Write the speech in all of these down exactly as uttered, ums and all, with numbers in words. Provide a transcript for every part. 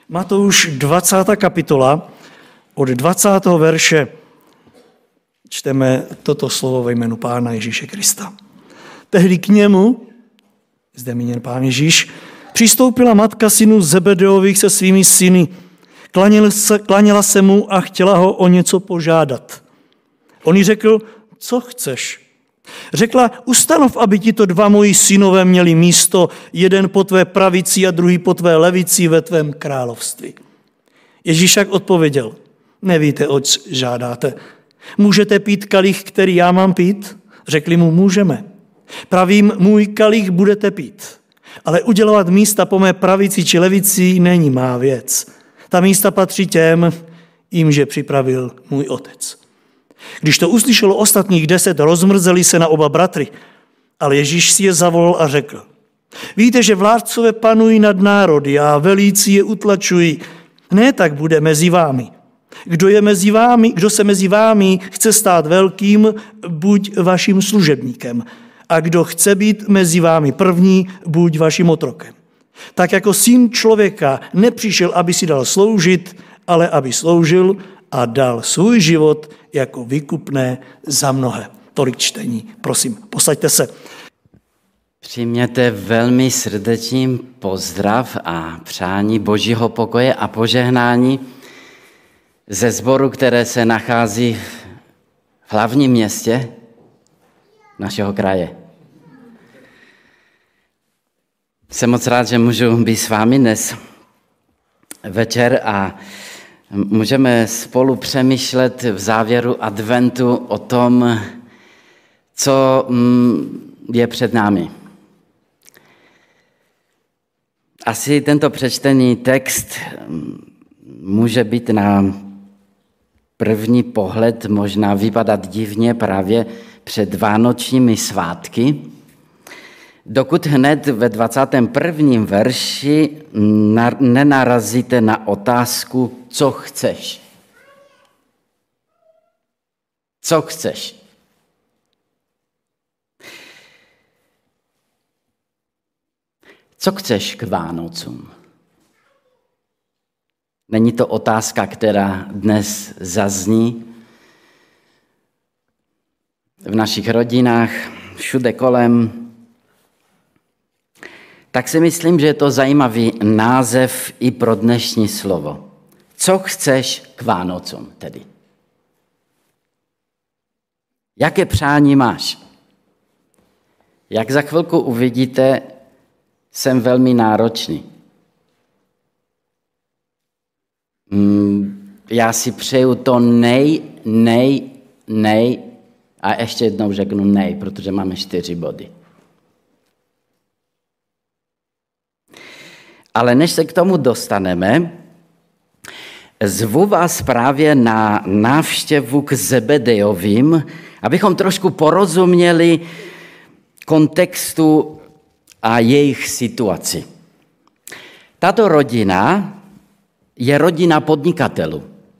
Matouš dvacátá kapitola, od dvacátého verše čteme toto slovo ve jménu Pána Ježíše Krista. Tehdy k němu, zde míněn Pán Ježíš, přistoupila matka synů Zebedeových se svými syny. Klaněla se, klaněla se mu a chtěla ho o něco požádat. On jí řekl, co chceš? Řekla, ustanov, aby tito dva moji synové měli místo, jeden po tvé pravici a druhý po tvé levici ve tvém království. Ježíš však odpověděl, nevíte, oč žádáte. Můžete pít kalich, který já mám pít? Řekli mu, můžeme. Pravím, můj kalich budete pít. Ale udělovat místa po mé pravici či levici není má věc. Ta místa patří těm, jimže připravil můj otec. Když to uslyšelo ostatních deset, rozmrzeli se na oba bratry. Ale Ježíš si je zavolal a řekl, víte, že vládcové panují nad národy a velící je utlačují. Ne, tak bude mezi vámi. Kdo je mezi vámi, kdo se mezi vámi chce stát velkým, buď vaším služebníkem. A kdo chce být mezi vámi první, buď vaším otrokem. Tak jako syn člověka nepřišel, aby si dal sloužit, ale aby sloužil a dal svůj život jako výkupné za mnohé. Tolik čtení. Prosím, posaďte se. Přijměte velmi srdečný pozdrav a přání Božího pokoje a požehnání ze sboru, které se nachází v hlavním městě našeho kraje. Jsem moc rád, že můžu být s vámi dnes večer a můžeme spolu přemýšlet v závěru adventu o tom, co je před námi. Asi tento přečtený text může být na první pohled možná vypadat divně právě před vánočními svátky, dokud hned ve dvacátém prvním verši nenarazíte na otázku, co chceš. Co chceš? Co chceš k Vánocům? Není to otázka, která dnes zazní v našich rodinách, všude kolem. Tak si myslím, že je to zajímavý název i pro dnešní slovo. Co chceš k Vánocům tedy? Jaké přání máš? Jak za chvilku uvidíte, jsem velmi náročný. Já si přeju to nej, nej, nej a ještě jednou řeknu nej, protože máme čtyři body. Ale než se k tomu dostaneme, zvu vás právě na návštěvu k Zebedejovým, abychom trošku porozuměli kontextu a jejich situaci. Tato rodina je rodina podnikatelů.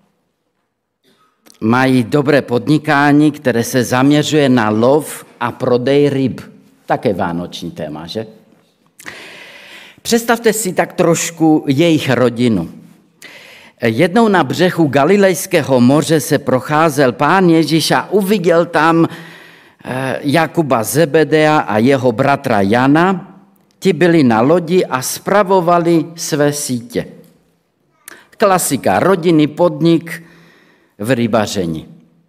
Mají dobré podnikání, které se zaměřuje na lov a prodej ryb. Také vánoční téma, že? Představte si tak trošku jejich rodinu. Jednou na břehu Galilejského moře se procházel Pán Ježíš a uviděl tam Jakuba Zebedea a jeho bratra Jana. Ti byli na lodi a spravovali své sítě. Klasika, rodinný podnik v rybaření.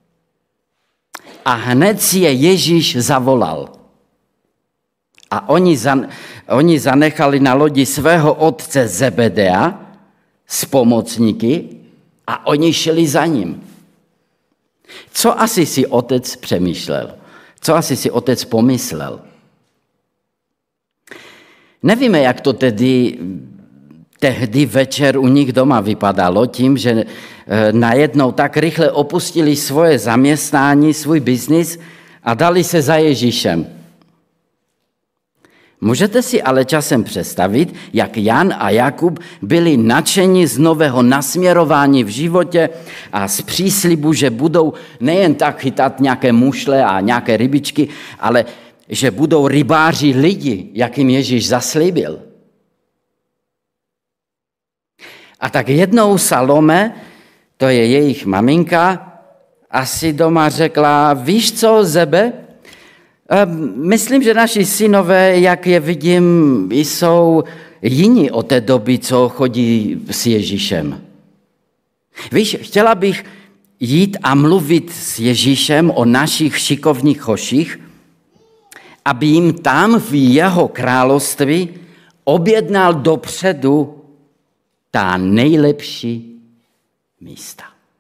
A hned si je Ježíš zavolal. A oni, zan, oni zanechali na lodi svého otce Zebedea s pomocníky a oni šli za ním. Co asi si otec přemýšlel? Co asi si otec pomyslel? Nevíme, jak to tedy tehdy večer u nich doma vypadalo, tím, že najednou tak rychle opustili svoje zaměstnání, svůj biznis a dali se za Ježíšem. Můžete si ale časem představit, jak Jan a Jakub byli nadšeni z nového nasměrování v životě a z příslibu, že budou nejen tak chytat nějaké mušle a nějaké rybičky, ale že budou rybáři lidi, jak jim Ježíš zaslíbil. A tak jednou Salome, to je jejich maminka, asi doma řekla, víš co, Zebe, myslím, že naši synové, jak je vidím, jsou jiní od té doby, co chodí s Ježíšem. Víš, chtěla bych jít a mluvit s Ježíšem o našich šikovných hoších, aby jim tam v jeho království objednal dopředu ta nejlepší místa.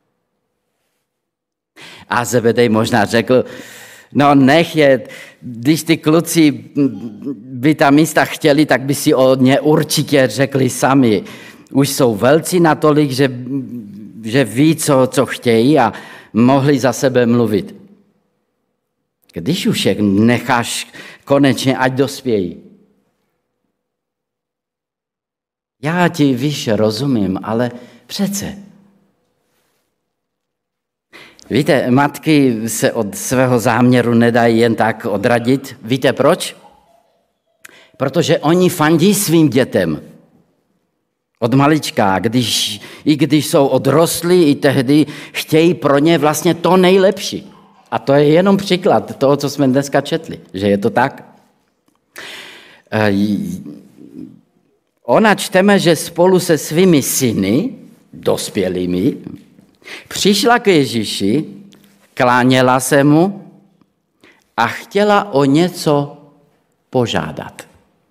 A Zebedej možná řekl, no nech je, když ty kluci by ta místa chtěli, tak by si o ně určitě řekli sami. Už jsou velcí natolik, že, že ví, co, co chtějí a mohli za sebe mluvit. Když už je necháš konečně, ať dospějí. Já ti, víš, rozumím, ale přece. Víte, matky se od svého záměru nedají jen tak odradit. Víte proč? Protože oni fandí svým dětem. Od malička, když, i když jsou odrostlí, i tehdy chtějí pro ně vlastně to nejlepší. A to je jenom příklad toho, co jsme dneska četli, že je to tak. Ona čteme, že spolu se svými syny, dospělými, přišla k Ježíši, kláněla se mu a chtěla o něco požádat.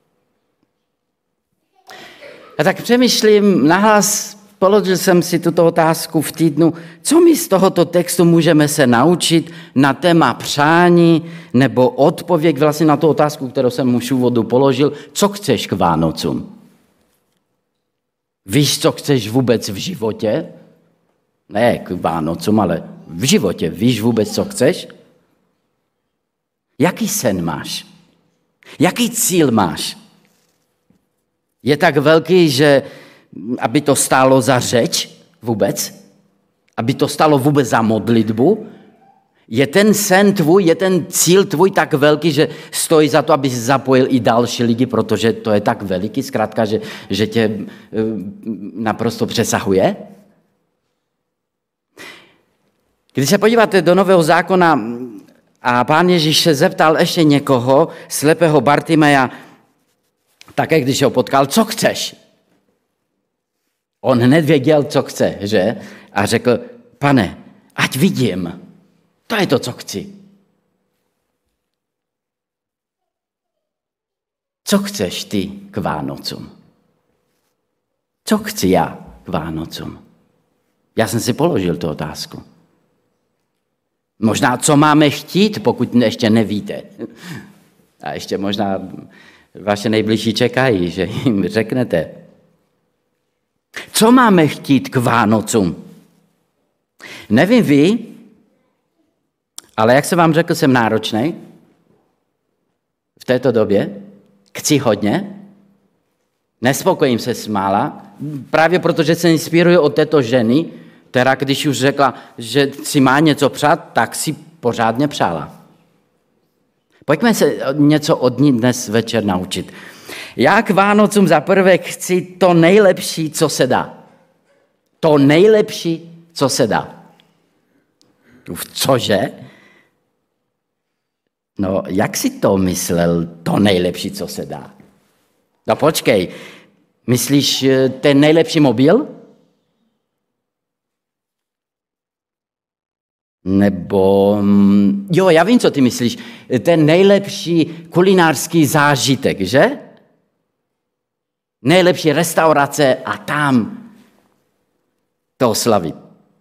A tak přemýšlím, nahlas položil jsem si tuto otázku v týdnu, co my z tohoto textu můžeme se naučit na téma přání nebo odpověď vlastně na tu otázku, kterou jsem už v úvodu položil, co chceš k Vánocům? Víš, co chceš vůbec v životě? Ne k Vánocům, ale v životě. Víš vůbec, co chceš? Jaký sen máš? Jaký cíl máš? Je tak velký, že aby to stálo za řeč vůbec? Aby to stálo vůbec za modlitbu? Je ten sen tvůj, je ten cíl tvůj tak velký, že stojí za to, aby si zapojil i další lidi, protože to je tak veliký, zkrátka, že, že tě naprosto přesahuje? Když se podíváte do Nového zákona a Pán Ježíš se zeptal ještě někoho, slepého Bartimeja, také když ho potkal, co chceš? On hned věděl, co chce, že? A řekl, Pane, ať vidím. To je to, co chci. Co chceš ty k Vánocům? Co chci já k Vánocům? Já jsem si položil tu otázku. Možná, co máme chtít, pokud ještě nevíte. A ještě možná vaše nejbližší čekají, že jim řeknete. Co máme chtít k Vánocům? Nevím vy, ale jak jsem vám řekl, jsem náročný v této době. Chci hodně. Nespokojím se s mála. Právě protože se inspiruji od této ženy, která když už řekla, že si má něco přát, tak si pořádně přála. Pojďme se něco od ní dnes večer naučit. Já k Vánocům zaprvé chci to nejlepší, co se dá. To nejlepší, co se dá. Cože? No, jak si to myslel, to nejlepší, co se dá? No počkej, myslíš ten nejlepší mobil? Nebo, jo, já vím, co ty myslíš, ten nejlepší kulinářský zážitek, že? Nejlepší restaurace a tam to oslavit.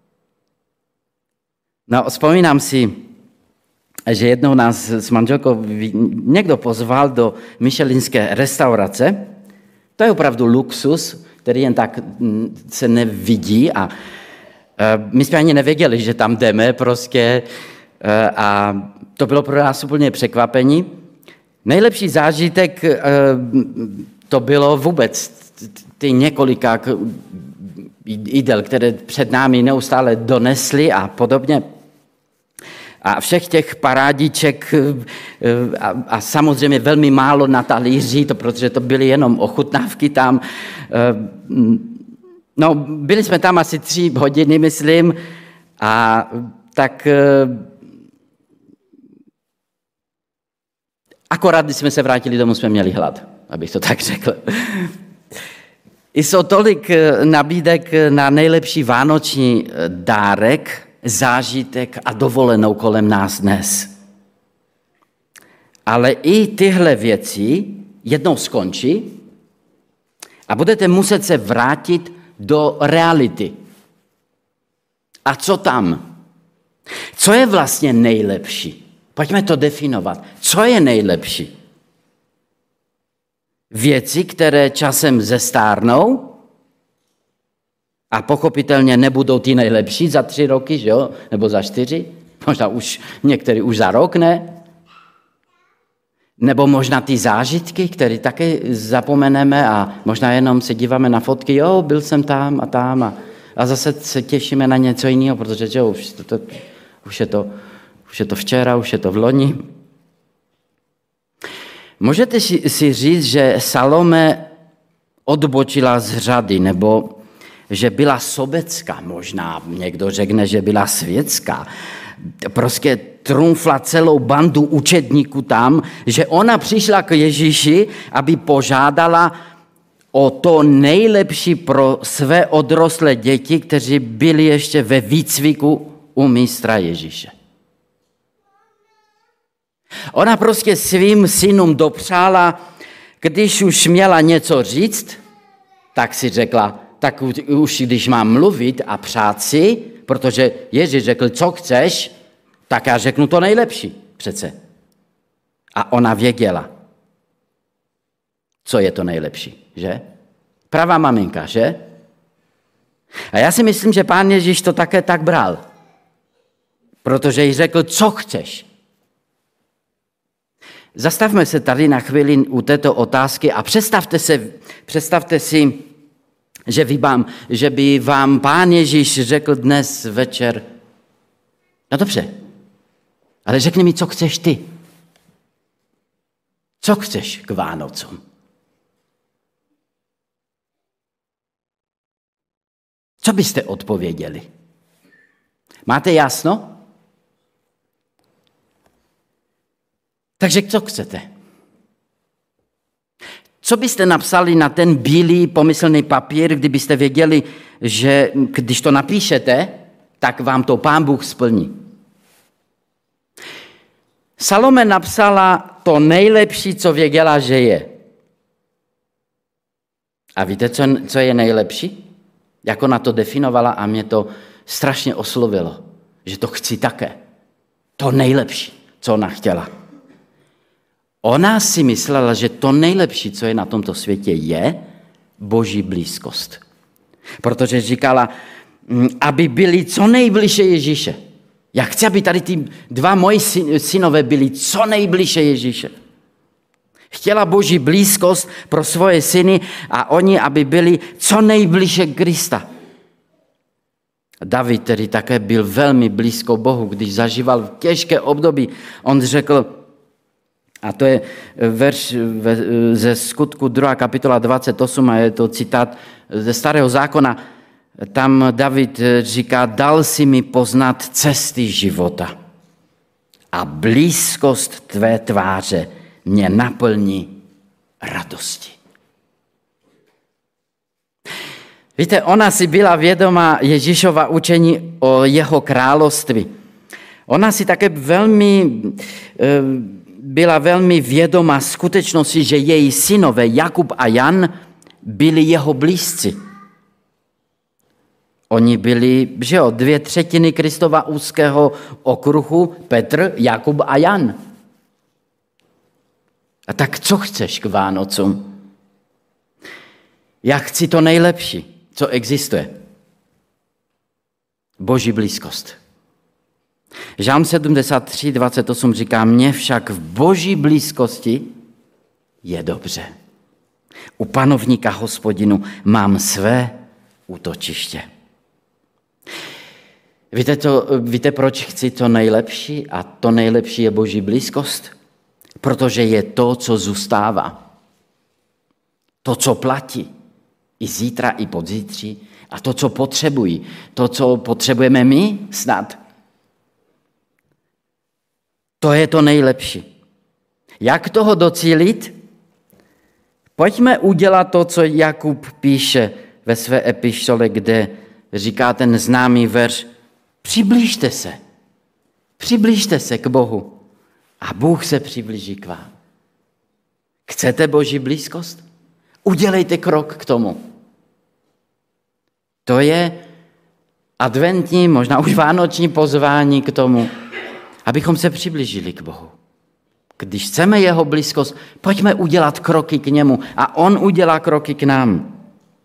No, vzpomínám si, že jednou nás s manželkou někdo pozval do michelinské restaurace. To je opravdu luxus, který jen tak se nevidí a my jsme ani nevěděli, že tam jdeme prostě a to bylo pro nás úplně překvapení. Nejlepší zážitek to bylo vůbec ty několika jídel, které před námi neustále donesli a podobně. A všech těch parádiček a, a samozřejmě velmi málo na talíři, to, protože to byly jenom ochutnávky tam. No, byli jsme tam asi tři hodiny, myslím, a tak akorát, když jsme se vrátili domů, jsme měli hlad, abych to tak řekl. Jsou tolik nabídek na nejlepší vánoční dárek, zážitek a dovolenou kolem nás dnes. Ale i tyhle věci jednou skončí a budete muset se vrátit do reality. A co tam? Co je vlastně nejlepší? Pojďme to definovat. Co je nejlepší? Věci, které časem zestárnou a pochopitelně nebudou ty nejlepší za tři roky, že jo? Nebo za čtyři, možná už některý už za rok, ne? Nebo možná ty zážitky, které také zapomeneme a možná jenom se díváme na fotky, jo, byl jsem tam a tam a, a zase se těšíme na něco jiného, protože že jo, už, to, to, už, je to, už je to včera, už je to v loni. Můžete si, si říct, že Salome odbočila z řady, nebo že byla sobecká, možná někdo řekne, že byla světská. Prostě trumfla celou bandu učedníků tam, že ona přišla k Ježíši, aby požádala o to nejlepší pro své odrostlé děti, kteří byli ještě ve výcviku u mistra Ježíše. Ona prostě svým synům dopřála, když už měla něco říct, tak si řekla, tak už když mám mluvit a přát si, protože Ježíš řekl, co chceš, tak já řeknu to nejlepší přece. A ona věděla, co je to nejlepší, že? Pravá maminka, že? A já si myslím, že Pán Ježíš to také tak bral, protože jí řekl, co chceš. Zastavme se tady na chvíli u této otázky a představte, se, představte si, že by, vám, že by vám Pán Ježíš řekl dnes večer, no dobře, ale řekni mi, co chceš ty. Co chceš k Vánocům? Co byste odpověděli? Máte jasno? Takže co chcete? Co byste napsali na ten bílý pomyslný papír, kdybyste věděli, že když to napíšete, tak vám to Pán Bůh splní? Salome napsala to nejlepší, co věděla, že je. A víte, co, co je nejlepší? Jak ona to definovala a mě to strašně oslovilo, že to chci také. To nejlepší, co ona chtěla. Ona si myslela, že to nejlepší, co je na tomto světě, je Boží blízkost. Protože říkala, aby byli co nejbliže Ježíše. Já chci, aby tady ty dva moji synové byli co nejbliže Ježíše. Chtěla Boží blízkost pro svoje syny a oni, aby byli co nejbliže Krista. David, který také byl velmi blízko Bohu, když zažíval těžké období, on řekl, a to je verš ze Skutku druhá kapitola dvacet osm a je to citát ze Starého zákona. Tam David říká, dal si mi poznat cesty života a blízkost tvé tváře mě naplní radosti. Víte, ona si byla vědoma Ježíšova učení o jeho království. Ona si také velmi... byla velmi vědoma skutečnosti, že její synové Jakub a Jan byli jeho blízci. Oni byli, že jo, dvě třetiny Kristova úzkého okruhu, Petr, Jakub a Jan. A tak co chceš k Vánocům? Já chci to nejlepší, co existuje. Boží blízkost. Žálm sedmdesát tři, dvacet osm říká, mně však v Boží blízkosti je dobře. U panovníka Hospodinu mám své útočiště. Víte, to, víte, proč chci to nejlepší? A to nejlepší je Boží blízkost? Protože je to, co zůstává. To, co platí. I zítra, i podzítří, a to, co potřebují, to, co potřebujeme my snad. To je to nejlepší. Jak toho docílit? Pojďme udělat to, co Jakub píše ve své epištole, kde říká ten známý verš: přiblížte se, přiblížte se k Bohu a Bůh se přiblíží k vám. Chcete Boží blízkost? Udělejte krok k tomu. To je adventní, možná už vánoční pozvání k tomu, abychom se přiblížili k Bohu. Když chceme jeho blízkost, pojďme udělat kroky k němu a on udělá kroky k nám.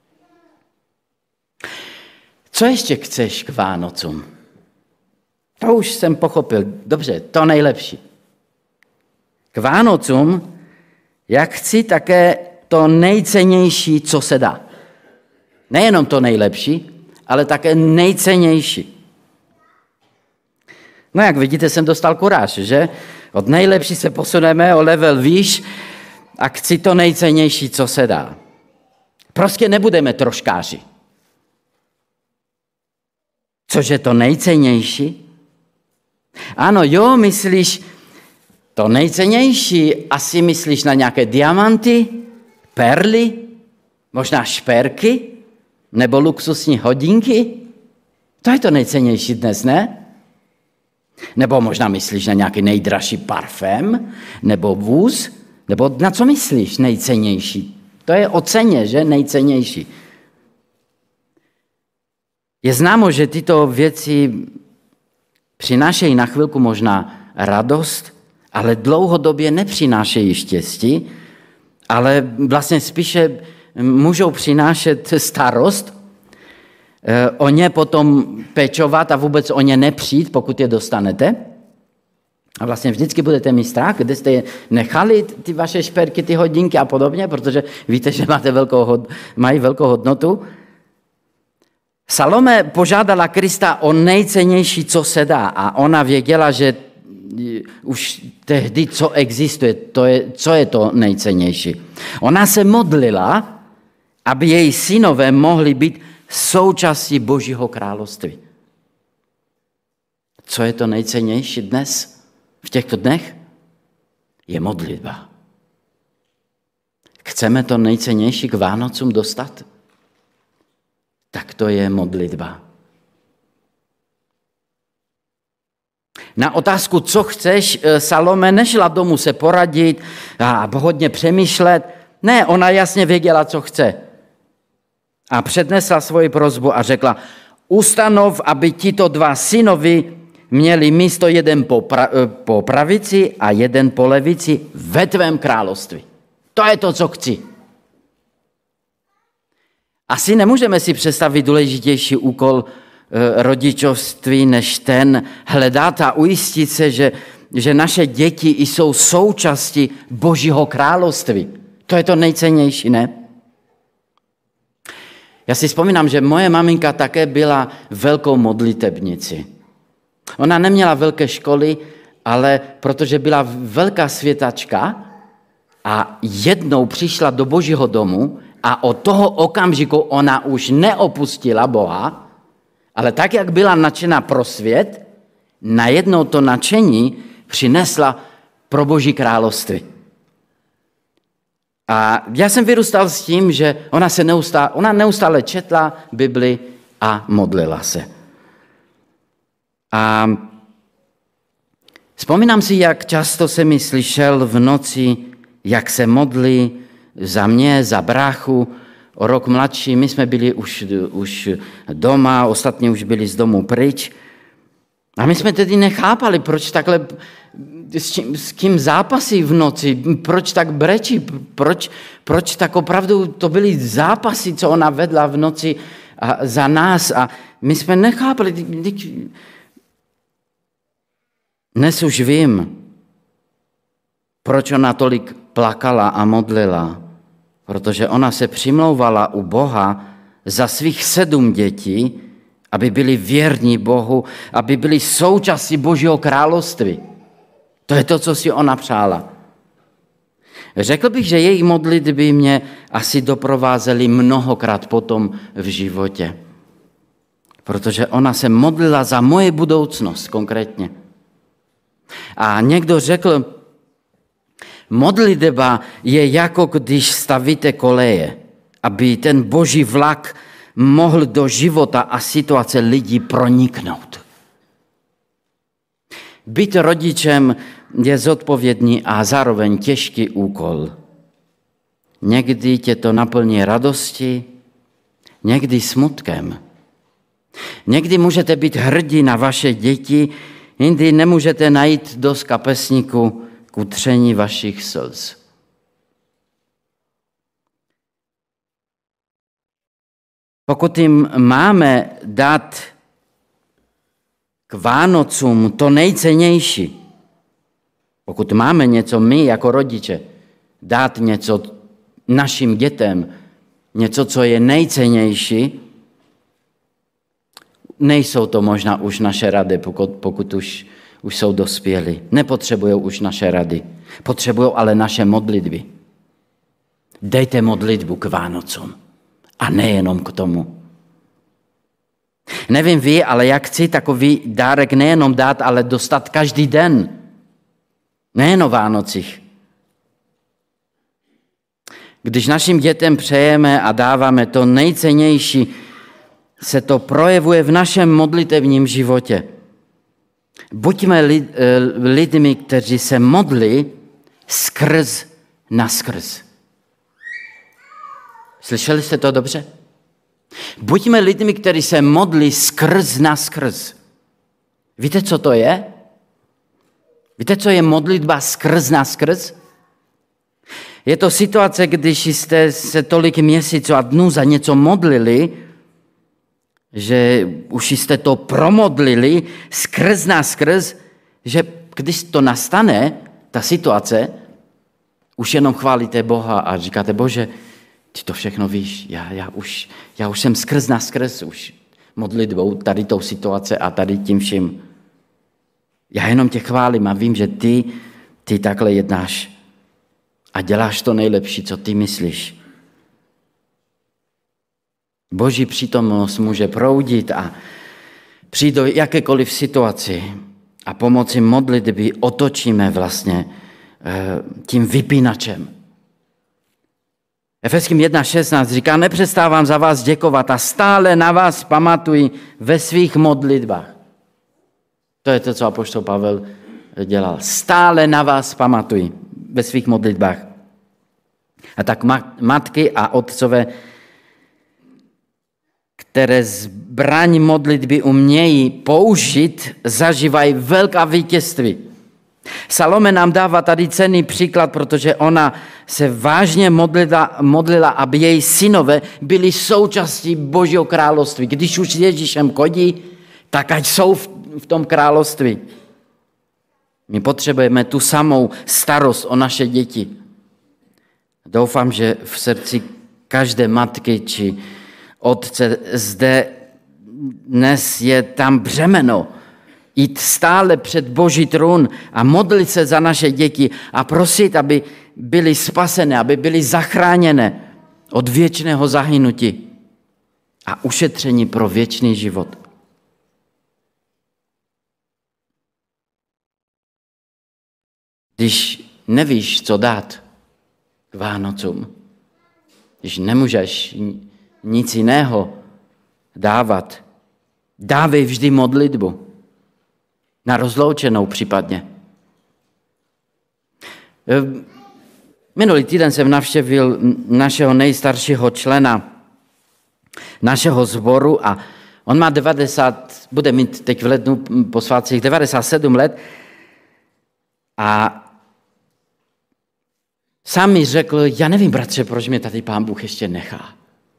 Co ještě chceš k Vánocům? To už jsem pochopil. Dobře, to nejlepší. K Vánocům, jak chci také to nejcennější, co se dá. Nejenom to nejlepší, ale také nejcennější. No jak vidíte, jsem dostal kuráž, že? Od nejlepší se posuneme o level výš a chci to nejcennější, co se dá. Prostě nebudeme troškáři. Což je to nejcennější? Ano, jo, myslíš to nejcennější, asi myslíš na nějaké diamanty, perly, možná šperky, nebo luxusní hodinky? To je to nejcennější dnes, ne? Nebo možná myslíš na nějaký nejdražší parfém, nebo vůz, nebo na co myslíš nejcennější? To je o ceně, že? Nejcennější. Je známo, že tyto věci přinášejí na chvilku možná radost, ale dlouhodobě nepřinášejí štěstí, ale vlastně spíše můžou přinášet starost, o ně potom pečovat a vůbec o ně nepřijít, pokud je dostanete. A vlastně vždycky budete mít strach, kde jste je nechali, ty vaše šperky, ty hodinky a podobně, protože víte, že máte velkou, mají velkou hodnotu. Salome požádala Krista o nejcennější, co se dá, a ona věděla, že už tehdy, co existuje, to je, co je to nejcennější. Ona se modlila, aby její synové mohli být součástí Božího království. Co je to nejcennější dnes, v těchto dnech? Je modlitba. Chceme to nejcennější k Vánocům dostat? Tak to je modlitba. Na otázku, co chceš, Salome nešla domů se poradit a hodně přemýšlet. Ne, ona jasně věděla, co chce. A přednesla svoji prosbu a řekla: ustanov, aby tito dva synovi měli místo jeden po, pra, po pravici a jeden po levici ve tvém království. To je to, co chci. Asi nemůžeme si představit důležitější úkol e, rodičovství, než ten hledat a ujistit se, že, že naše děti jsou součástí Božího království. To je to nejcennější, ne? Já si vzpomínám, že moje maminka také byla velkou modlitebnici. Ona neměla velké školy, ale protože byla velká světačka a jednou přišla do Božího domu a od toho okamžiku ona už neopustila Boha, ale tak, jak byla nadšená pro svět, najednou to nadšení přinesla pro Boží království. A já jsem vyrůstal s tím, že ona, se neustále, ona neustále četla Bibli a modlila se. A vzpomínám si, jak často jsem mi slyšel v noci, jak se modlí za mě, za bráchu, o rok mladší. My jsme byli už, už doma, ostatní už byli z domu pryč. A my jsme tedy nechápali, proč takhle, s, čím, s kým zápasí v noci, proč tak brečí, proč, proč tak opravdu to byly zápasy, co ona vedla v noci a za nás. A my jsme nechápali. Dnes už vím, proč ona tolik plakala a modlila, protože ona se přimlouvala u Boha za svých sedm dětí, aby byli věrní Bohu, aby byli součástí Božího království. To je to, co si ona přála. Řekl bych, že její modlitby mě asi doprovázely mnohokrát potom v životě. protože ona se modlila za moje budoucnost konkrétně. A někdo řekl, modlitba je jako když stavíte koleje, aby ten boží vlak mohl do života a situace lidí proniknout. Být rodičem je zodpovědný a zároveň těžký úkol. Někdy tě to naplní radosti, někdy smutkem. Někdy můžete být hrdí na vaše děti, jindy nemůžete najít dost kapesníku k utření vašich slz. Pokud jim máme dát k Vánocům to nejcennější, pokud máme něco my jako rodiče, dát něco našim dětem, něco, co je nejcennější, nejsou to možná už naše rady, pokud, pokud už, už jsou dospělí. Nepotřebují už naše rady, potřebují ale naše modlitby. Dejte modlitbu k Vánocům a nejenom k tomu. Nevím vy, ale jak chci takový dárek nejenom dát, ale dostat každý den. Nejen o Vánocích. Když našim dětem přejeme a dáváme to nejcennější, se to projevuje v našem modlitevním životě. Buďme lid, lidmi, kteří se modlí skrz naskrz. Slyšeli jste to dobře? Buďme lidmi, kteří se modlí skrz naskrz. Víte, co to je? Víte, co je modlitba skrz naskrz? Je to situace, když jste se tolik měsíců a dnů za něco modlili, že už jste to promodlili skrz naskrz, že když to nastane, ta situace, už jenom chválíte Boha a říkáte, Bože, ty to všechno víš, já, já, už, já už jsem skrz naskrz už modlitbou tady tou situace a tady tím vším. Já jenom tě chválím a vím, že ty, ty takhle jednáš a děláš to nejlepší, co ty myslíš. Boží přítomnost může proudit a přijít do jakékoliv situaci a pomocí modlitby otočíme vlastně tím vypínačem. Efeským jedna šestnáct říká, nepřestávám za vás děkovat a stále na vás pamatuji ve svých modlitbách. To je to, co apoštol Pavel dělal. Stále na vás pamatuji ve svých modlitbách. A tak matky a otcové, které zbraň modlitby umějí použít, zažívají velká vítězství. Salome nám dává tady cenný příklad, protože ona se vážně modlila, modlila, aby její synové byli součástí Božího království. Když už s Ježíšem chodí, tak ať jsou v, v tom království. My potřebujeme tu samou starost o naše děti. Doufám, že v srdci každé matky či otce zde dnes je tam břemeno. Jít stále před Boží trůn a modlit se za naše děti a prosit, aby byly spasené, aby byly zachráněné od věčného zahynutí a ušetření pro věčný život. Když nevíš, co dát k Vánocům, když nemůžeš nic jiného dávat, dávej vždy modlitbu. Na rozloučenou případně. Minulý týden jsem navštěvil našeho nejstaršího člena našeho sboru a on má devadesát, bude mít teď v lednu po svátcích devadesát sedm let a sám mi řekl, já nevím, bratře, proč mě tady Pán Bůh ještě nechá.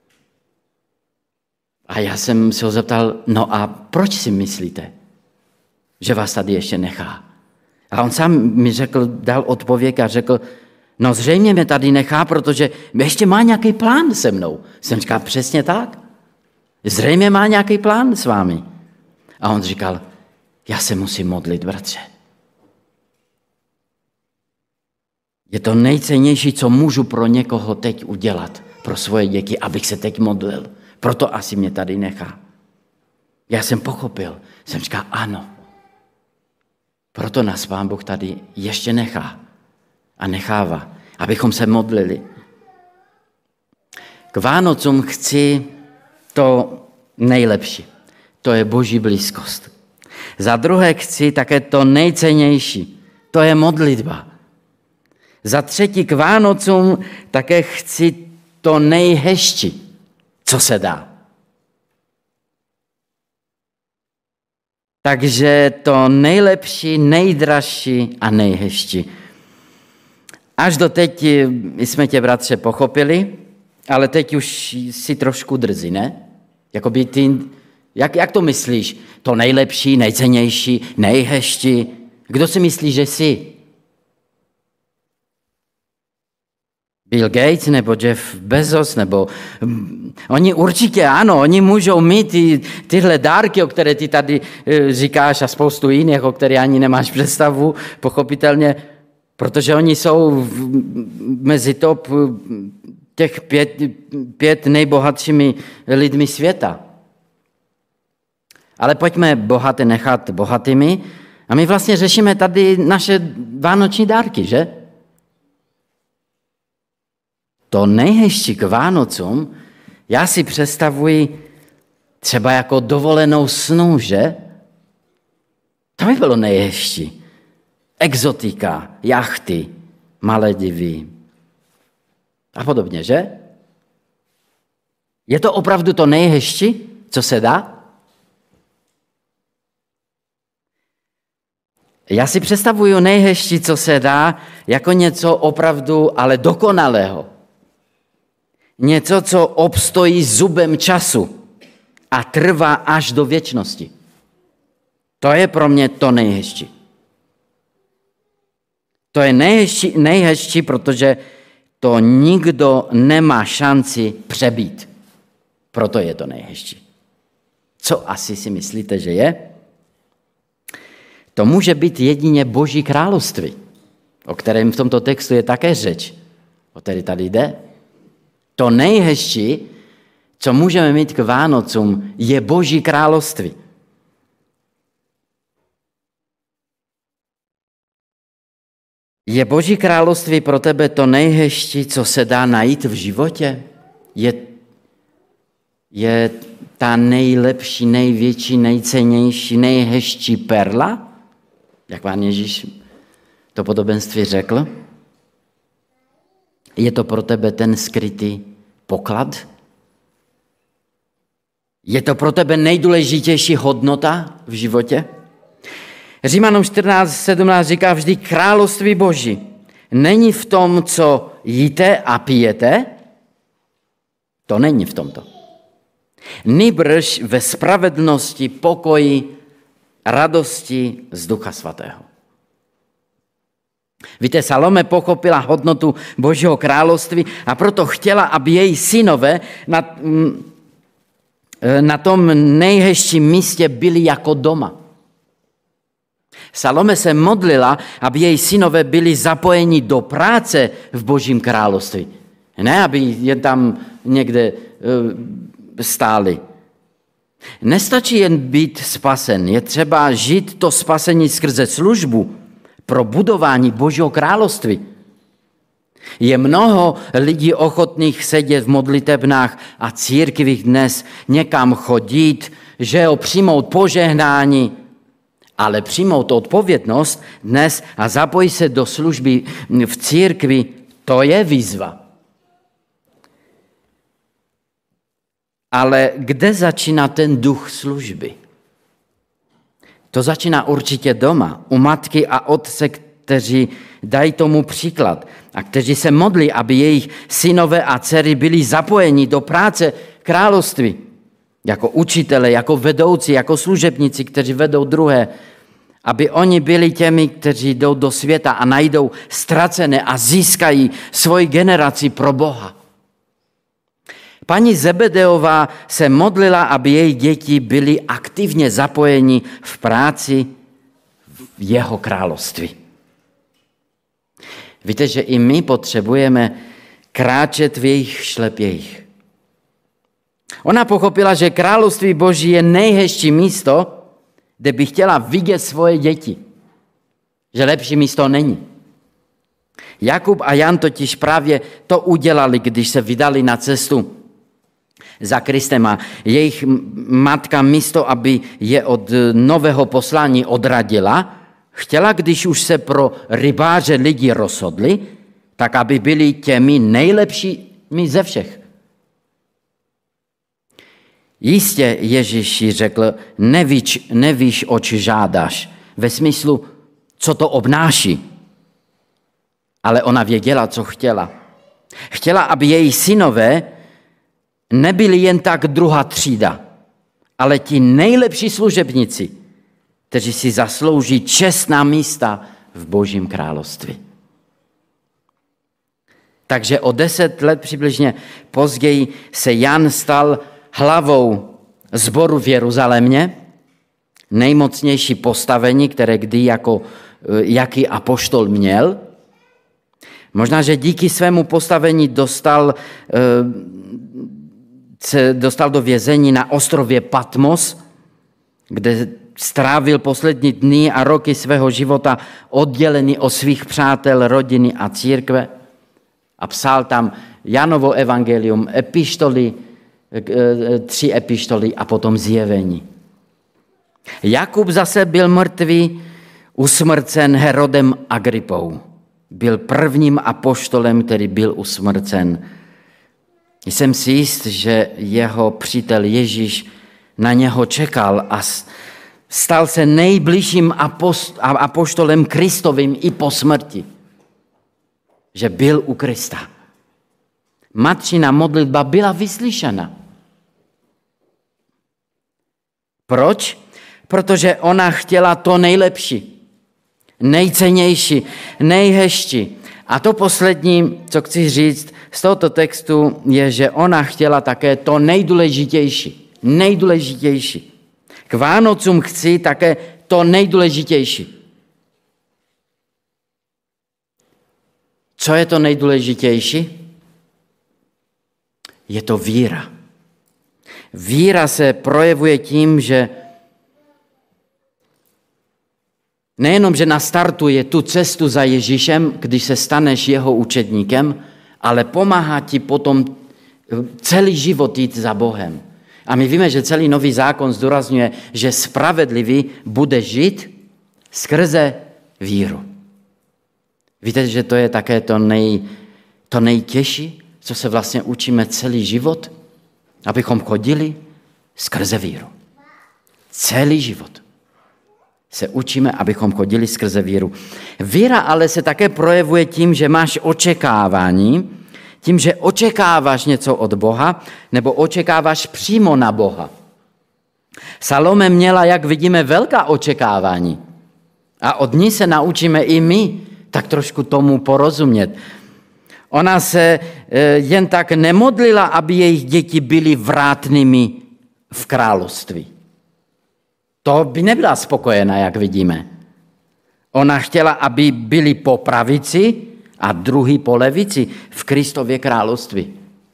A já jsem se ho zeptal, no a proč si myslíte, že vás tady ještě nechá? A on sám mi řekl, dal odpověď a řekl, no zřejmě mě tady nechá, protože ještě má nějaký plán se mnou. Jsem říkal, přesně tak. Zřejmě má nějaký plán s vámi. A on říkal, já se musím modlit, bratře. Je to nejcennější, co můžu pro někoho teď udělat, pro svoje děti, abych se teď modlil. Proto asi mě tady nechá. Já jsem pochopil. Jsem říkal, ano. Proto nás Pán Bůh tady ještě nechá a nechává, abychom se modlili. K Vánocům chci to nejlepší. To je Boží blízkost. Za druhé chci také to nejcennější. To je modlitba. Za třetí k Vánocům také chci to nejhezčí, co se dá. Takže to nejlepší, nejdražší a nejhezčí. Až do teď jsme tě, bratře, pochopili, ale teď už si trošku drzí, ne? Jakoby ty, jak, jak to myslíš? To nejlepší, nejcennější, nejhezčí. Kdo si myslí, že jsi? Bill Gates nebo Jeff Bezos, nebo oni určitě ano, oni můžou mít ty, tyhle dárky, o které ty tady říkáš a spoustu jiných, o které ani nemáš představu, pochopitelně, protože oni jsou mezi top těch pět, pět nejbohatšími lidmi světa. Ale pojďme bohaté nechat bohatými a my vlastně řešíme tady naše vánoční dárky, že? To nejhezčí k Vánocům, já si představuji třeba jako dovolenou snu, že? To by bylo nejhezčí. Exotika, jachty, Maledivy a podobně, že? Je to opravdu to nejhezčí, co se dá? Já si představuju nejhezčí, co se dá, jako něco opravdu, ale dokonalého. Něco, co obstojí zubem času a trvá až do věčnosti. To je pro mě to nejhezčí. To je nejhezčí, nejhezčí, protože to nikdo nemá šanci přebít. Proto je to nejhezčí. Co asi si myslíte, že je? To může být jedině Boží království, o kterém v tomto textu je také řeč, o který tady jde. To nejhezčí, co můžeme mít k Vánocům, je Boží království. Je Boží království pro tebe to nejhezčí, co se dá najít v životě? Je, je ta nejlepší, největší, nejcennější, nejhezčí perla? Jak Pán Ježíš to podobenství řekl? Je to pro tebe ten skrytý poklad? Je to pro tebe nejdůležitější hodnota v životě? Římanům čtrnáct sedmnáct říká vždy království Boží. Není v tom, co jíte a pijete? To není v tomto. Nýbrž ve spravedlnosti, pokoji, radosti z Ducha Svatého. Víte, Salome pochopila hodnotu Božího království a proto chtěla, aby její synové na, na tom nejhezčím místě byli jako doma. Salome se modlila, aby její synové byli zapojeni do práce v Božím království. Ne, aby jen tam někde stáli. Nestačí jen být spasen, je třeba žít to spasení skrze službu pro budování Božího království. Je mnoho lidí ochotných sedět v modlitebnách a církvích dnes, někam chodit, že jo, přijmout požehnání, ale přijmout odpovědnost dnes a zapojit se do služby v církvi, to je výzva. Ale kde začíná ten duch služby? To začíná určitě doma, u matky a otce, kteří dají tomu příklad a kteří se modlí, aby jejich synové a dcery byli zapojeni do práce království. Jako učitele, jako vedoucí, jako služebníci, kteří vedou druhé. Aby oni byli těmi, kteří jdou do světa a najdou ztracené a získají svoji generaci pro Boha. Paní Zebedeová se modlila, aby její děti byly aktivně zapojeni v práci v jeho království. Víte, že i my potřebujeme kráčet v jejich šlepějích. Ona pochopila, že království Boží je nejhezčí místo, kde by chtěla vidět svoje děti. Že lepší místo není. Jakub a Jan totiž právě to udělali, když se vydali na cestu za Kristem a jejich matka místo, aby je od nového poslání odradila, chtěla, když už se pro rybáře lidi rozhodli, tak aby byli těmi nejlepšími ze všech. Jistě Ježíš jí řekl, nevíš, nevíš, oč žádáš, ve smyslu, co to obnáší. Ale ona věděla, co chtěla. Chtěla, aby její synové nebyli jen tak druhá třída, ale ti nejlepší služebníci, kteří si zaslouží čestná místa v Božím království. Takže o deset let přibližně později se Jan stal hlavou sboru v Jeruzalémě, nejmocnější postavení, které kdy jako jaký apoštol měl. Možná, že díky svému postavení dostal, se dostal do vězení na ostrově Patmos, kde strávil poslední dny a roky svého života oddělený od svých přátel, rodiny a církve. A psal tam Janovo evangelium, epištoly, tři epištoly a potom zjevení. Jakub zase byl mrtvý, usmrcen Herodem Agripou. Byl prvním apoštolem, který byl usmrcen. Jsem si jist, že jeho přítel Ježíš na něho čekal a stal se nejbližším apoštolem Kristovým i po smrti. Že byl u Krista. Matčina modlitba byla vyslyšena. Proč? Protože ona chtěla to nejlepší, nejcennější, nejhezčí. A to poslední, co chci říct z tohoto textu, je, že ona chtěla také to nejdůležitější. Nejdůležitější. K Vánocům chci také to nejdůležitější. Co je to nejdůležitější? Je to víra. Víra se projevuje tím, že nejenom, že nastartuje tu cestu za Ježíšem, když se staneš jeho učedníkem, ale pomáhá ti potom celý život jít za Bohem. A my víme, že celý nový zákon zdůrazňuje, že spravedlivý bude žít skrze víru. Víte, že to je také to, nej, to nejtěžší, co se vlastně učíme celý život, abychom chodili skrze víru. Celý život se učíme, abychom chodili skrze víru. Víra ale se také projevuje tím, že máš očekávání, tím, že očekáváš něco od Boha, nebo očekáváš přímo na Boha. Salome měla, jak vidíme, velká očekávání. A od ní se naučíme i my tak trošku tomu porozumět. Ona se jen tak nemodlila, aby jejich děti byly vrátnými v království. To by nebyla spokojená, jak vidíme. Ona chtěla, aby byli po pravici a druhý po levici v Kristově království.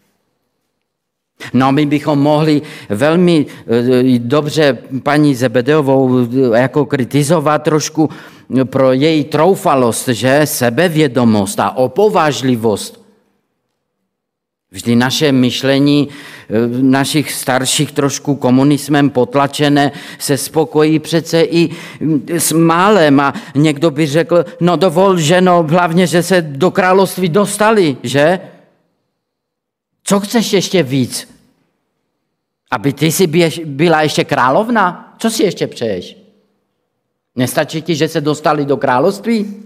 No, my bychom mohli velmi dobře paní Zebedeovou jako kritizovat trošku pro její troufalost, že sebevědomost a opovážlivost. Vždy naše myšlení našich starších trošku komunismem potlačené se spokojí přece i s málem a někdo by řekl, no dovol, ženo, hlavně, že se do království dostali, že? Co chceš ještě víc? Aby ty si byla ještě královna? Co si ještě přeješ? Nestačí ti, že se dostali do království?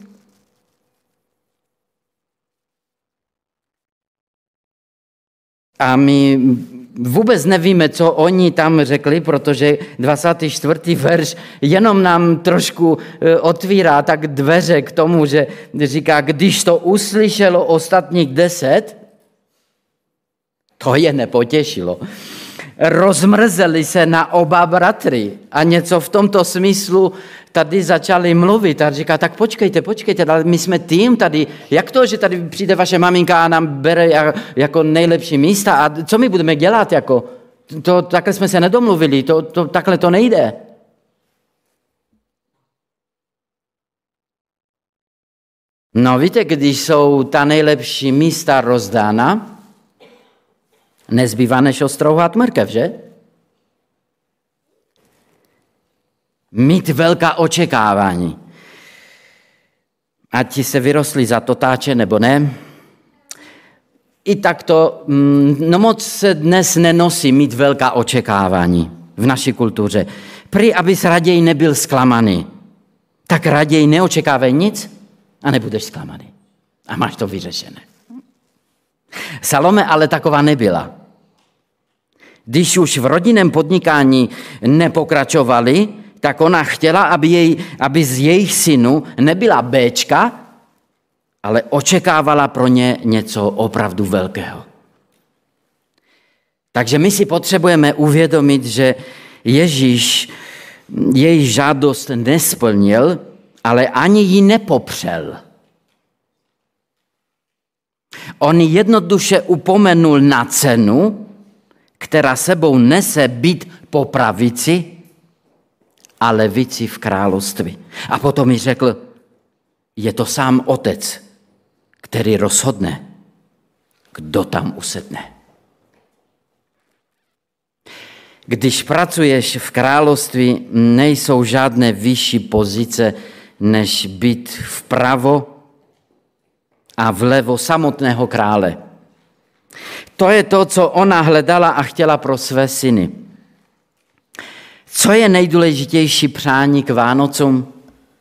A my vůbec nevíme, co oni tam řekli, protože dvacátý čtvrtý verš jenom nám trošku otvírá tak dveře k tomu, že říká, když to uslyšelo ostatních deset, to je nepotěšilo. Rozmrzeli se na oba bratry a něco v tomto smyslu tady začali mluvit a říká, tak počkejte, počkejte, ale my jsme tým tady, jak to, že tady přijde vaše maminka a nám bere jako nejlepší místa a co my budeme dělat, jako, to, takhle jsme se nedomluvili, to, to, takhle to nejde. No víte, když jsou ta nejlepší místa rozdána, nezbývá než ostrouhat mrkev, že? Mít velká očekávání. Ať ti se vyrostli za totáče, nebo ne. I tak to, no moc se dnes nenosí mít velká očekávání v naší kultuře. Prý, abys raději nebyl zklamaný, tak raději neočekávej nic a nebudeš zklamaný. A máš to vyřešené. Salome ale taková nebyla. Když už v rodinném podnikání nepokračovali, tak ona chtěla, aby, jej, aby z jejich synů nebyla béčka, ale očekávala pro ně něco opravdu velkého. Takže my si potřebujeme uvědomit, že Ježíš její žádost nesplnil, ale ani ji nepopřel. On jednoduše upomenul na cenu, která sebou nese být po pravici a levici v království. A potom mi řekl, je to sám Otec, který rozhodne, kdo tam usedne. Když pracuješ v království, nejsou žádné vyšší pozice, než být vpravo a vlevo samotného krále. To je to, co ona hledala a chtěla pro své syny. Co je nejdůležitější přání k Vánocům?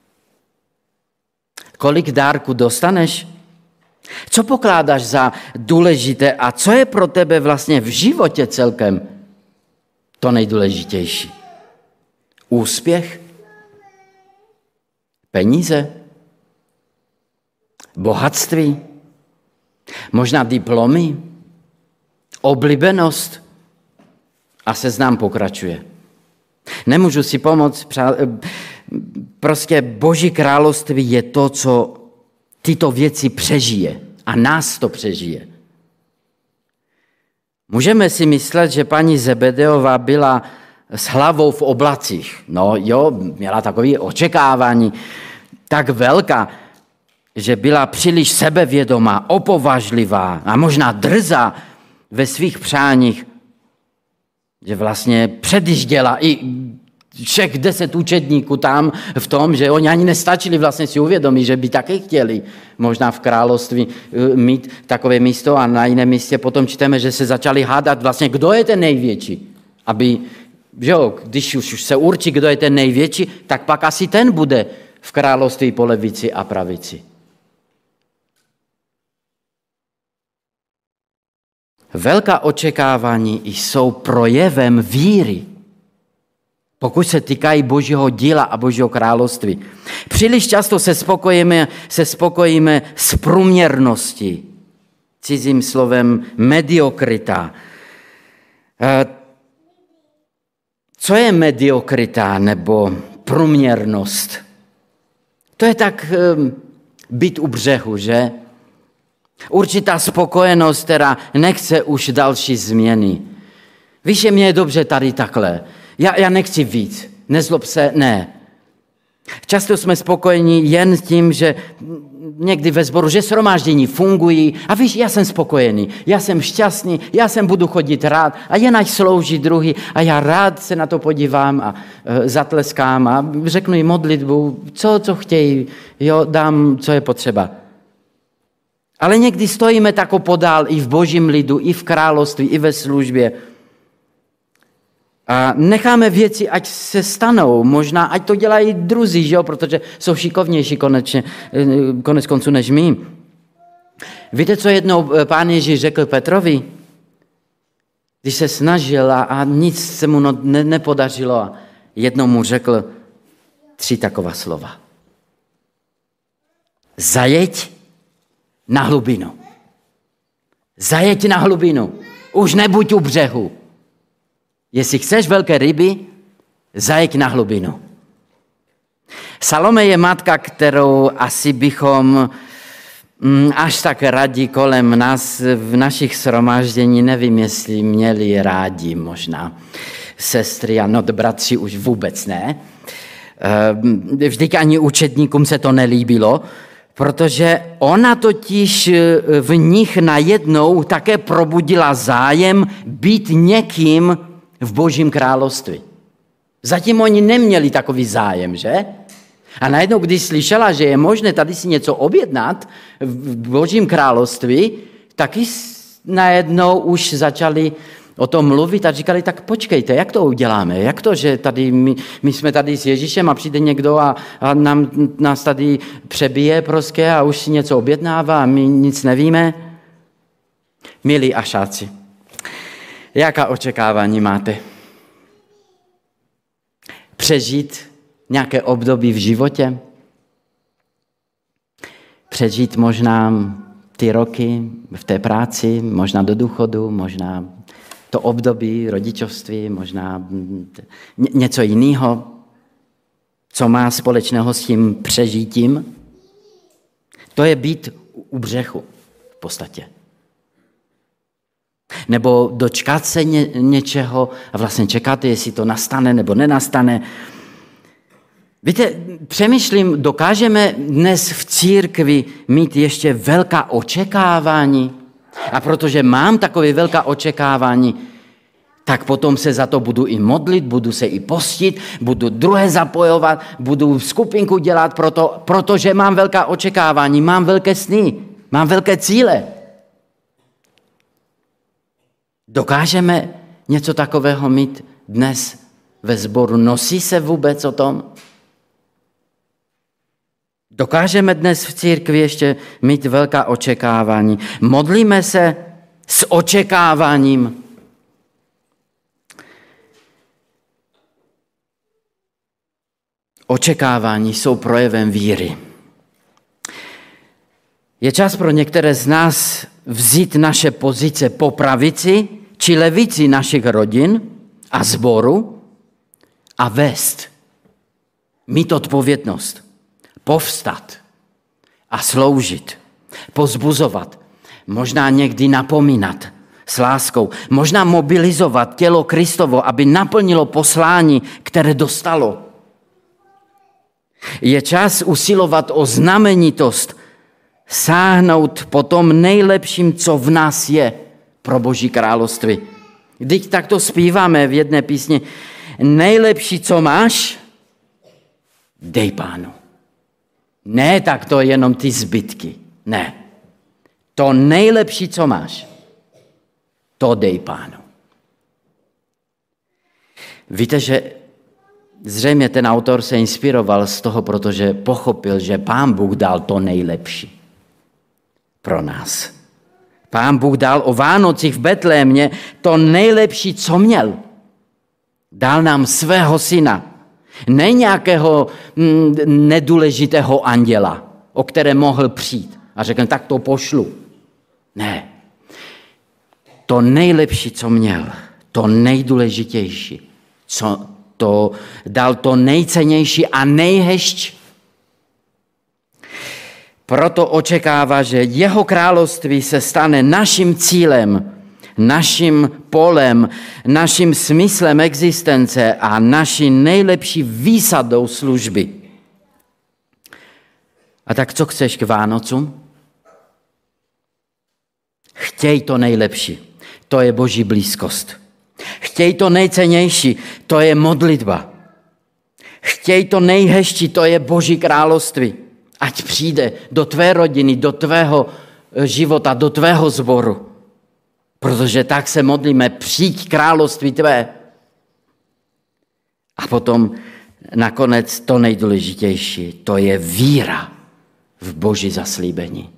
Kolik dárku dostaneš? Co pokládáš za důležité a co je pro tebe vlastně v životě celkem to nejdůležitější? Úspěch? Peníze? Bohatství? Možná diplomy? Oblíbenost? A seznam pokračuje. Nemůžu si pomoct, prostě Boží království je to, co tyto věci přežije a nás to přežije. Můžeme si myslet, že paní Zebedeová byla s hlavou v oblacích. No jo, měla takové očekávání tak velká, že byla příliš sebevědomá, opovažlivá a možná drzá ve svých přáních, že vlastně předjížděla i všech deset učedníků tam v tom, že oni ani nestačili vlastně si uvědomit, že by také chtěli možná v království mít takové místo a na jiném místě potom čteme, že se začali hádat vlastně, kdo je ten největší. Aby, že jo, když už se určí, kdo je ten největší, tak pak asi ten bude v království po levici a pravici. Velká očekávání jsou projevem víry, pokud se týkají Božího díla a Božího království. Příliš často se spokojíme, se spokojíme s průměrností, cizím slovem mediokrita. Co je mediokrita nebo průměrnost? To je tak být u břehu, že? Určitá spokojenost, která nechce už další změny. Víš, že mě je dobře tady takhle. Já, já nechci víc. Nezlob se, ne. Často jsme spokojeni jen tím, že někdy ve sboru, že shromáždění fungují a víš, já jsem spokojený, já jsem šťastný, já sem budu chodit rád a jen ať slouží druhý a já rád se na to podívám a e, zatleskám a řeknu jim modlitbu, co, co chtějí, jo, dám, co je potřeba. Ale někdy stojíme tak opodál i v Božím lidu, i v království, i ve službě. A necháme věci, ať se stanou. Možná, ať to dělají druzí, že jo? Protože jsou šikovnější konečně, konec konců než my. Víte, co jednou Pán Ježíš řekl Petrovi? Když se snažil a, a nic se mu no, ne, nepodařilo. A jednou mu řekl tři taková slova. Zajeď na hlubinu. Zajeď na hlubinu. Už nebuď u břehu. Jestli chceš velké ryby, zajeď na hlubinu. Salome je matka, kterou asi bychom až tak rádi kolem nás v našich shromáždění, nevím, jestli měli rádi možná sestry a no bratři už vůbec ne. Vždyť ani učedníkům se to nelíbilo, protože ona totiž v nich najednou také probudila zájem být někým v Božím království. Zatím oni neměli takový zájem, že? A najednou, když slyšela, že je možné tady si něco objednat v Božím království, taky najednou už začali o tom mluvit a říkali, tak počkejte, jak to uděláme? Jak to, že tady my, my jsme tady s Ježíšem a přijde někdo a, a nám, nás tady přebije prostě a už si něco objednává a my nic nevíme? Milí ašáci, jaká očekávání máte? Přežít nějaké období v životě? Přežít možná ty roky v té práci, možná do důchodu, možná to období rodičovství, možná něco jiného, co má společného s tím přežitím. To je být u břechu v podstatě. Nebo dočkat se ně, něčeho a vlastně čekat, jestli to nastane nebo nenastane. Víte, přemýšlím, dokážeme dnes v církvi mít ještě velká očekávání? A protože mám takové velká očekávání, tak potom se za to budu i modlit, budu se i postit, budu druhé zapojovat, budu skupinku dělat, proto, protože mám velká očekávání, mám velké sny, mám velké cíle. Dokážeme něco takového mít dnes ve sboru? Nosí se vůbec o tom? Dokážeme dnes v církvi ještě mít velká očekávání. Modlíme se s očekáváním. Očekávání jsou projevem víry. Je čas pro některé z nás vzít naše pozice po pravici či levici našich rodin a sboru a vést. Mít odpovědnost. Povstat a sloužit, pozbuzovat, možná někdy napomínat s láskou, možná mobilizovat tělo Kristovo, aby naplnilo poslání, které dostalo. Je čas usilovat o znamenitost, sáhnout po tom nejlepším, co v nás je pro Boží království. Když takto zpíváme v jedné písni, nejlepší, co máš, dej Pánu. Ne tak to jenom ty zbytky. Ne. To nejlepší, co máš, to dej Pánu. Víte, že zřejmě ten autor se inspiroval z toho, protože pochopil, že Pán Bůh dal to nejlepší pro nás. Pán Bůh dal o Vánocích v Betlémě to nejlepší, co měl. Dal nám svého syna. Ne nějakého mm, nedůležitého anděla, o které mohl přijít a řekl, tak to pošlu. Ne. To nejlepší, co měl, to nejdůležitější, co to dal to nejcennější a nejhezčí. Proto očekává, že jeho království se stane naším cílem, naším polem, naším smyslem existence a naší nejlepší výsadou služby. A tak co chceš k Vánocům? Chtěj to nejlepší, to je Boží blízkost. Chtěj to nejcennější, to je modlitba. Chtěj to nejhezčí, to je Boží království. Ať přijde do tvé rodiny, do tvého života, do tvého sboru. Protože tak se modlíme, přijď království tvé. A potom nakonec to nejdůležitější, to je víra v Boží zaslíbení.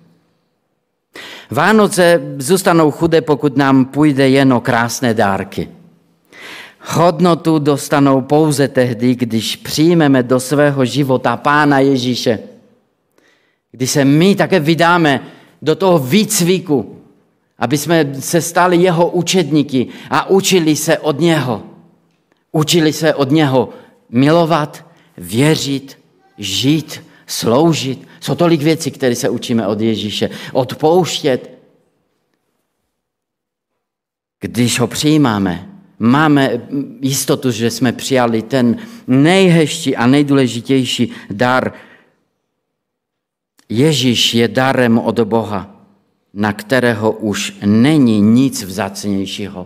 Vánoce zůstanou chudé, pokud nám půjde jen o krásné dárky. Hodnotu dostanou pouze tehdy, když přijmeme do svého života Pána Ježíše. Když se my také vydáme do toho výcviku, aby jsme se stali jeho učedníky a učili se od něho. Učili se od něho milovat, věřit, žít, sloužit, Jsou tolik věcí, které se učíme od Ježíše. Odpouštět. Když ho přijímáme, máme jistotu, že jsme přijali ten nejhezčí a nejdůležitější dar. Ježíš je darem od Boha, na kterého už není nic vzácnějšího.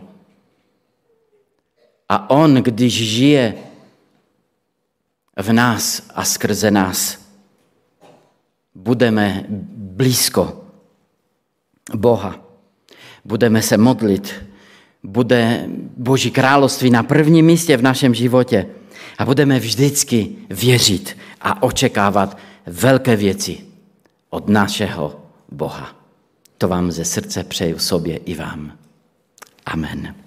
A on, když žije v nás a skrze nás, budeme blízko Boha. Budeme se modlit. Bude Boží království na prvním místě v našem životě. A budeme vždycky věřit a očekávat velké věci od našeho Boha. To vám ze srdce přeju sobě i vám. Amen.